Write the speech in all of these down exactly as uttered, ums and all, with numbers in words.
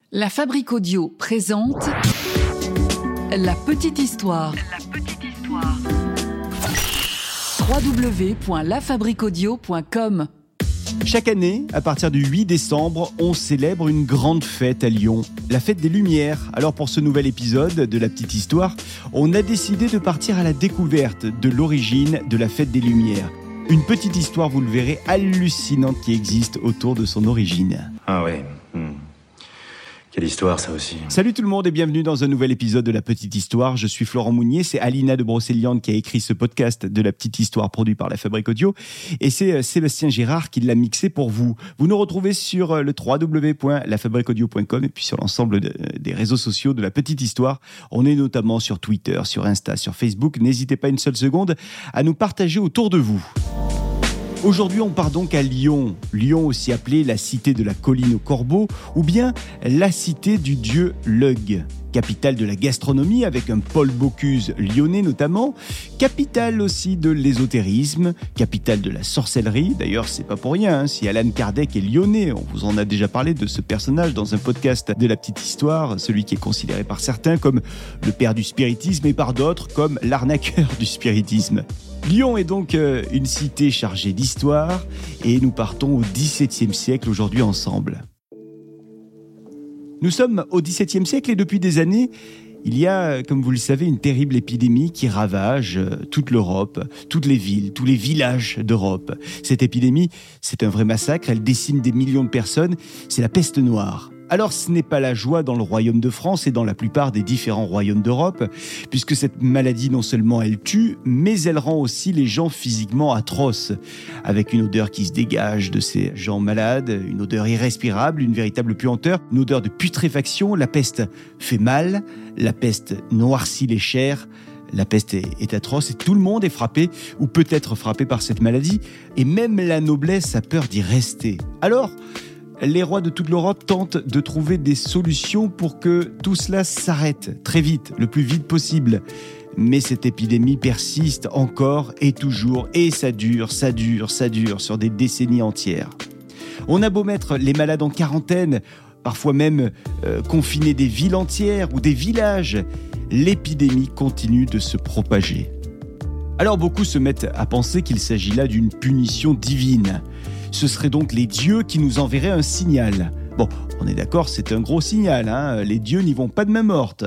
La Fabrique Audio présente La Petite Histoire. La Petite Histoire. w w w point la fabrique audio point com. Chaque année, à partir du huit décembre, on célèbre une grande fête à Lyon, la fête des Lumières. Alors pour ce nouvel épisode de La Petite Histoire, on a décidé de partir à la découverte de l'origine de la fête des Lumières. Une petite histoire, vous le verrez, hallucinante qui existe autour de son origine. Ah ouais, hmm. Quelle histoire ça aussi. Salut tout le monde et bienvenue dans un nouvel épisode de La Petite Histoire. Je suis Florent Mounier, c'est Alina de Brocéliande qui a écrit ce podcast de La Petite Histoire produit par La Fabrique Audio et c'est Sébastien Girard qui l'a mixé pour vous. Vous nous retrouvez sur le w w w point la fabrique audio point com et puis sur l'ensemble de, des réseaux sociaux de La Petite Histoire. On est notamment sur Twitter, sur Insta, sur Facebook. N'hésitez pas une seule seconde à nous partager autour de vous. Aujourd'hui, on part donc à Lyon. Lyon, aussi appelée la cité de la colline aux corbeaux, ou bien la cité du dieu Lug. Capitale de la gastronomie, avec un Paul Bocuse lyonnais notamment. Capitale aussi de l'ésotérisme. Capitale de la sorcellerie. D'ailleurs, c'est pas pour rien, hein, si Allan Kardec est lyonnais. On vous en a déjà parlé de ce personnage dans un podcast de La Petite Histoire. Celui qui est considéré par certains comme le père du spiritisme et par d'autres comme l'arnaqueur du spiritisme. Lyon est donc une cité chargée d'histoire et nous partons au dix-septième siècle aujourd'hui ensemble. Nous sommes au dix-septième siècle et depuis des années, il y a, comme vous le savez, une terrible épidémie qui ravage toute l'Europe, toutes les villes, tous les villages d'Europe. Cette épidémie, c'est un vrai massacre, elle décime des millions de personnes, c'est la peste noire. Alors ce n'est pas la joie dans le royaume de France et dans la plupart des différents royaumes d'Europe, puisque cette maladie non seulement elle tue, mais elle rend aussi les gens physiquement atroces, avec une odeur qui se dégage de ces gens malades, une odeur irrespirable, une véritable puanteur, une odeur de putréfaction. La peste fait mal, la peste noircit les chairs, la peste est, est atroce et tout le monde est frappé ou peut être frappé par cette maladie, et même la noblesse a peur d'y rester. Alors, les rois de toute l'Europe tentent de trouver des solutions pour que tout cela s'arrête très vite, le plus vite possible. Mais cette épidémie persiste encore et toujours, et ça dure, ça dure, ça dure sur des décennies entières. On a beau mettre les malades en quarantaine, parfois même euh, confiner des villes entières ou des villages, l'épidémie continue de se propager. Alors beaucoup se mettent à penser qu'il s'agit là d'une punition divine. Ce seraient donc les dieux qui nous enverraient un signal. Bon, on est d'accord, c'est un gros signal, hein, les dieux n'y vont pas de main morte.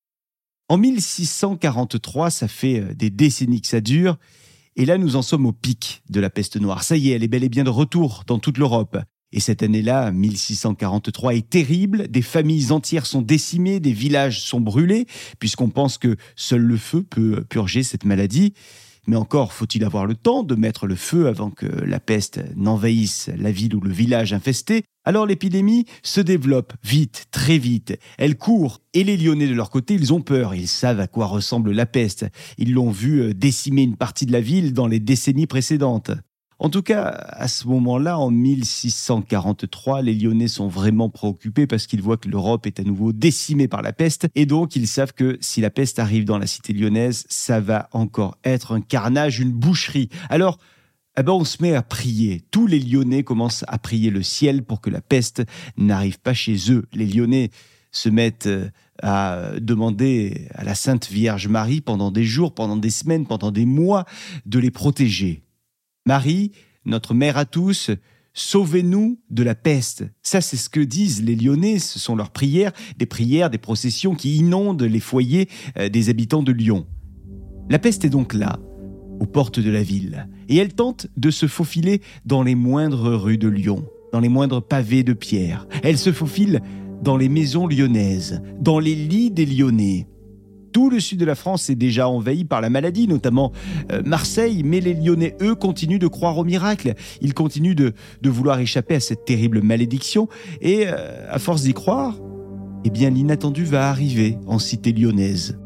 En mille six cent quarante-trois, ça fait des décennies que ça dure, et là nous en sommes au pic de la peste noire. Ça y est, elle est bel et bien de retour dans toute l'Europe. Et cette année-là, mille six cent quarante-trois, est terrible, des familles entières sont décimées, des villages sont brûlés, puisqu'on pense que seul le feu peut purger cette maladie. Mais encore faut-il avoir le temps de mettre le feu avant que la peste n'envahisse la ville ou le village infesté. Alors l'épidémie se développe vite, très vite. Elle court et les Lyonnais de leur côté, ils ont peur. Ils savent à quoi ressemble la peste. Ils l'ont vu décimer une partie de la ville dans les décennies précédentes. En tout cas, à ce moment-là, en mille six cent quarante-trois, les Lyonnais sont vraiment préoccupés parce qu'ils voient que l'Europe est à nouveau décimée par la peste et donc ils savent que si la peste arrive dans la cité lyonnaise, ça va encore être un carnage, une boucherie. Alors, eh ben on se met à prier. Tous les Lyonnais commencent à prier le ciel pour que la peste n'arrive pas chez eux. Les Lyonnais se mettent à demander à la Sainte Vierge Marie pendant des jours, pendant des semaines, pendant des mois, de les protéger. Marie, notre mère à tous, sauvez-nous de la peste. Ça, c'est ce que disent les Lyonnais, ce sont leurs prières, des prières, des processions qui inondent les foyers des habitants de Lyon. La peste est donc là, aux portes de la ville, et elle tente de se faufiler dans les moindres rues de Lyon, dans les moindres pavés de pierre. Elle se faufile dans les maisons lyonnaises, dans les lits des Lyonnais. Tout le sud de la France est déjà envahi par la maladie, notamment euh, Marseille, mais les Lyonnais, eux, continuent de croire au miracle. Ils continuent de, de vouloir échapper à cette terrible malédiction. Et euh, à force d'y croire, eh bien, l'inattendu va arriver en cité lyonnaise.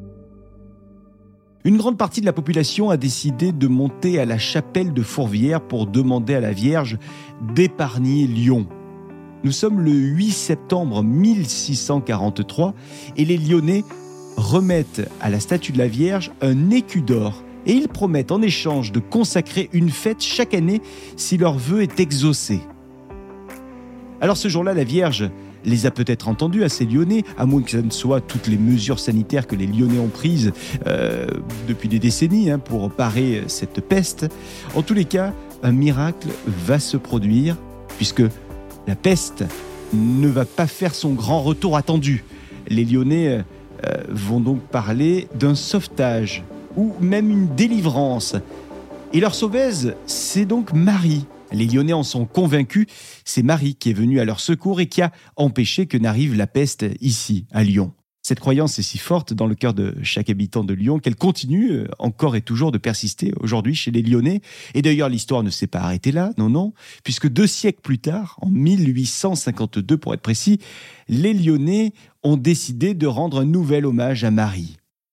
Une grande partie de la population a décidé de monter à la chapelle de Fourvière pour demander à la Vierge d'épargner Lyon. Nous sommes le huit septembre mille six cent quarante-trois et les Lyonnais remettent à la statue de la Vierge un écu d'or et ils promettent en échange de consacrer une fête chaque année si leur vœu est exaucé. Alors ce jour-là, la Vierge les a peut-être entendus à ces Lyonnais, à moins que ça ne soit toutes les mesures sanitaires que les Lyonnais ont prises euh, depuis des décennies hein, pour parer cette peste. En tous les cas, un miracle va se produire puisque la peste ne va pas faire son grand retour attendu. Les Lyonnais euh, vont donc parler d'un sauvetage ou même une délivrance. Et leur sauveuse, c'est donc Marie. Les Lyonnais en sont convaincus, c'est Marie qui est venue à leur secours et qui a empêché que n'arrive la peste ici, à Lyon. Cette croyance est si forte dans le cœur de chaque habitant de Lyon qu'elle continue encore et toujours de persister aujourd'hui chez les Lyonnais. Et d'ailleurs, l'histoire ne s'est pas arrêtée là, non, non, puisque deux siècles plus tard, en mille huit cent cinquante-deux pour être précis, les Lyonnais ont décidé de rendre un nouvel hommage à Marie.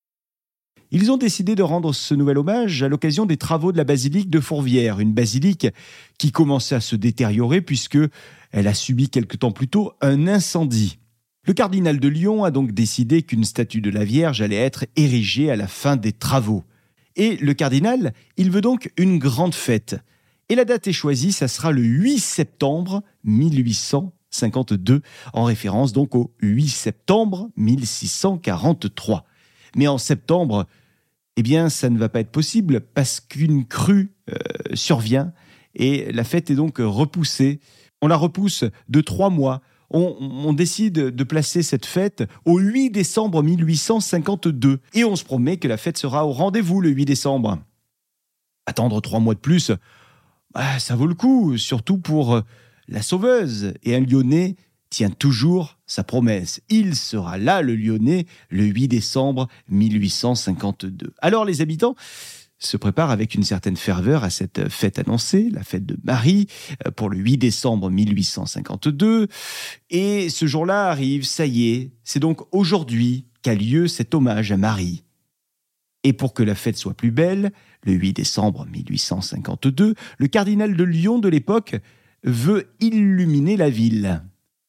Ils ont décidé de rendre ce nouvel hommage à l'occasion des travaux de la basilique de Fourvière, une basilique qui commençait à se détériorer puisque elle a subi quelque temps plus tôt un incendie. Le cardinal de Lyon a donc décidé qu'une statue de la Vierge allait être érigée à la fin des travaux. Et le cardinal, il veut donc une grande fête. Et la date est choisie, ça sera le huit septembre mille huit cent cinquante-deux, en référence donc au huit septembre mille six cent quarante-trois. Mais en septembre, eh bien, ça ne va pas être possible parce qu'une crue euh, survient et la fête est donc repoussée. On la repousse de trois mois. On, on décide de placer cette fête au huit décembre mille huit cent cinquante-deux et on se promet que la fête sera au rendez-vous le huit décembre. Attendre trois mois de plus, bah, ça vaut le coup, surtout pour la sauveuse. Et un Lyonnais tient toujours sa promesse. Il sera là, le Lyonnais, le huit décembre mille huit cent cinquante-deux. Alors les habitants se préparent avec une certaine ferveur à cette fête annoncée, la fête de Marie, pour le huit décembre mille huit cent cinquante-deux. Et ce jour-là arrive, ça y est, c'est donc aujourd'hui qu'a lieu cet hommage à Marie. Et pour que la fête soit plus belle, le huit décembre mille huit cent cinquante-deux, le cardinal de Lyon de l'époque veut illuminer la ville.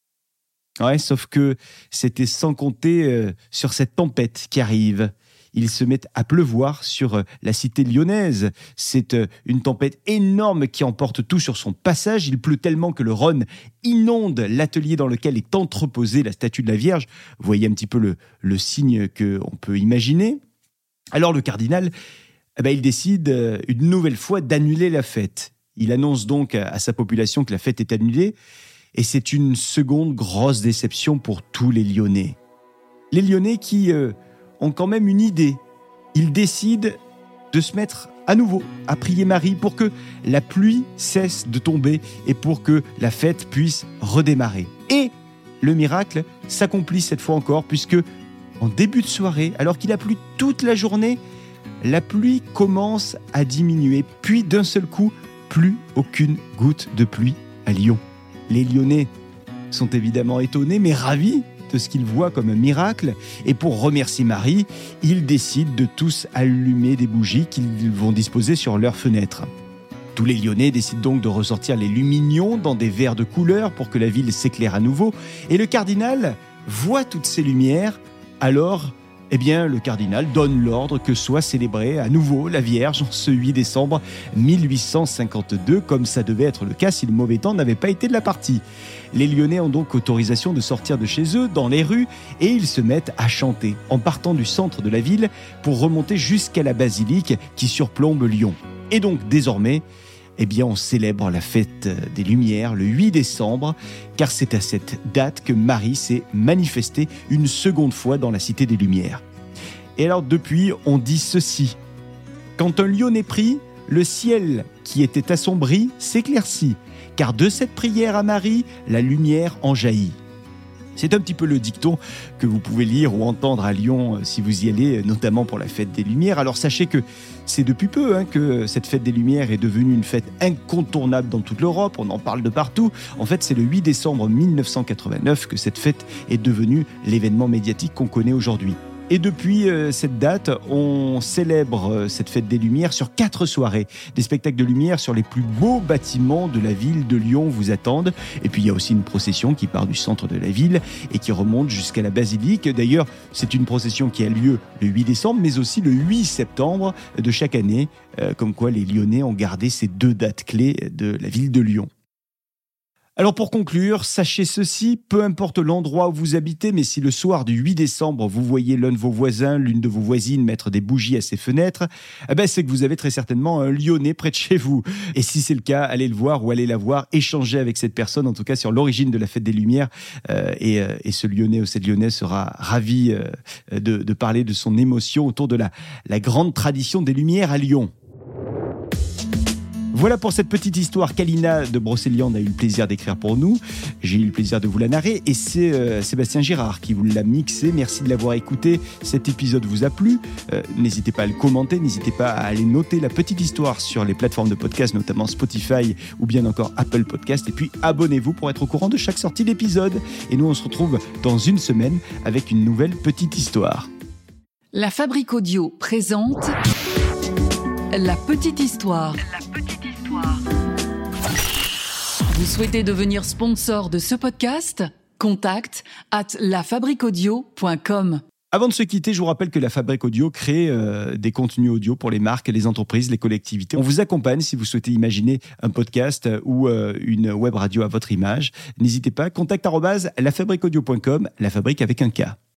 Ouais, sauf que c'était sans compter euh, sur cette tempête qui arrive. Il se met à pleuvoir sur euh, la cité lyonnaise. C'est euh, une tempête énorme qui emporte tout sur son passage. Il pleut tellement que le Rhône inonde l'atelier dans lequel est entreposée la statue de la Vierge. Vous voyez un petit peu le, le signe qu'on peut imaginer. Alors le cardinal, eh ben, il décide euh, une nouvelle fois d'annuler la fête. Il annonce donc à, à sa population que la fête est annulée. Et c'est une seconde grosse déception pour tous les Lyonnais. Les Lyonnais qui euh, ont quand même une idée. Ils décident de se mettre à nouveau à prier Marie pour que la pluie cesse de tomber et pour que la fête puisse redémarrer. Et le miracle s'accomplit cette fois encore puisque en début de soirée, alors qu'il a plu toute la journée, la pluie commence à diminuer. Puis d'un seul coup, plus aucune goutte de pluie à Lyon. Les Lyonnais sont évidemment étonnés, mais ravis de ce qu'ils voient comme un miracle. Et pour remercier Marie, ils décident de tous allumer des bougies qu'ils vont disposer sur leurs fenêtres. Tous les Lyonnais décident donc de ressortir les lumignons dans des verres de couleur pour que la ville s'éclaire à nouveau. Et le cardinal voit toutes ces lumières. Alors, eh bien, le cardinal donne l'ordre que soit célébrée à nouveau la Vierge en ce huit décembre mille huit cent cinquante-deux, comme ça devait être le cas si le mauvais temps n'avait pas été de la partie. Les Lyonnais ont donc autorisation de sortir de chez eux, dans les rues, et ils se mettent à chanter, en partant du centre de la ville pour remonter jusqu'à la basilique qui surplombe Lyon. Et donc, désormais, eh bien, on célèbre la fête des Lumières le huit décembre, car c'est à cette date que Marie s'est manifestée une seconde fois dans la Cité des Lumières. Et alors, depuis, on dit ceci. Quand un Lyonnais prie, le ciel qui était assombri s'éclaircit, car de cette prière à Marie, la lumière en jaillit. C'est un petit peu le dicton que vous pouvez lire ou entendre à Lyon si vous y allez, notamment pour la fête des Lumières. Alors sachez que c'est depuis peu hein, que cette fête des Lumières est devenue une fête incontournable dans toute l'Europe. On en parle de partout. En fait, c'est le huit décembre mille neuf cent quatre-vingt-neuf que cette fête est devenue l'événement médiatique qu'on connaît aujourd'hui. Et depuis euh, cette date, on célèbre euh, cette fête des Lumières sur quatre soirées. Des spectacles de lumière sur les plus beaux bâtiments de la ville de Lyon vous attendent. Et puis il y a aussi une procession qui part du centre de la ville et qui remonte jusqu'à la basilique. D'ailleurs, c'est une procession qui a lieu le huit décembre, mais aussi le huit septembre de chaque année. Euh, comme quoi les Lyonnais ont gardé ces deux dates clés de la ville de Lyon. Alors pour conclure, sachez ceci, peu importe l'endroit où vous habitez, mais si le soir du huit décembre, vous voyez l'un de vos voisins, l'une de vos voisines mettre des bougies à ses fenêtres, eh ben c'est que vous avez très certainement un Lyonnais près de chez vous. Et si c'est le cas, allez le voir ou allez la voir, échangez avec cette personne, en tout cas sur l'origine de la fête des Lumières. Euh, et, euh, et ce Lyonnais ou cette Lyonnaise sera ravi euh, de, de parler de son émotion autour de la, la grande tradition des Lumières à Lyon. Voilà pour cette petite histoire qu'Alina de Brocéliande a eu le plaisir d'écrire pour nous. J'ai eu le plaisir de vous la narrer et c'est euh, Sébastien Girard qui vous l'a mixé. Merci de l'avoir écouté. Cet épisode vous a plu. Euh, n'hésitez pas à le commenter, n'hésitez pas à aller noter la petite histoire sur les plateformes de podcast, notamment Spotify ou bien encore Apple Podcast. Et puis abonnez-vous pour être au courant de chaque sortie d'épisode. Et nous, on se retrouve dans une semaine avec une nouvelle petite histoire. La Fabrique Audio présente La petite histoire. La petite histoire. Vous souhaitez devenir sponsor de ce podcast ? Contact at lafabriqueaudio point com. Avant de se quitter, je vous rappelle que la Fabrique Audio crée euh, des contenus audio pour les marques, les entreprises, les collectivités. On vous accompagne si vous souhaitez imaginer un podcast ou euh, une web radio à votre image. N'hésitez pas, contact arobase lafabriqueaudio point com, la fabrique avec un K.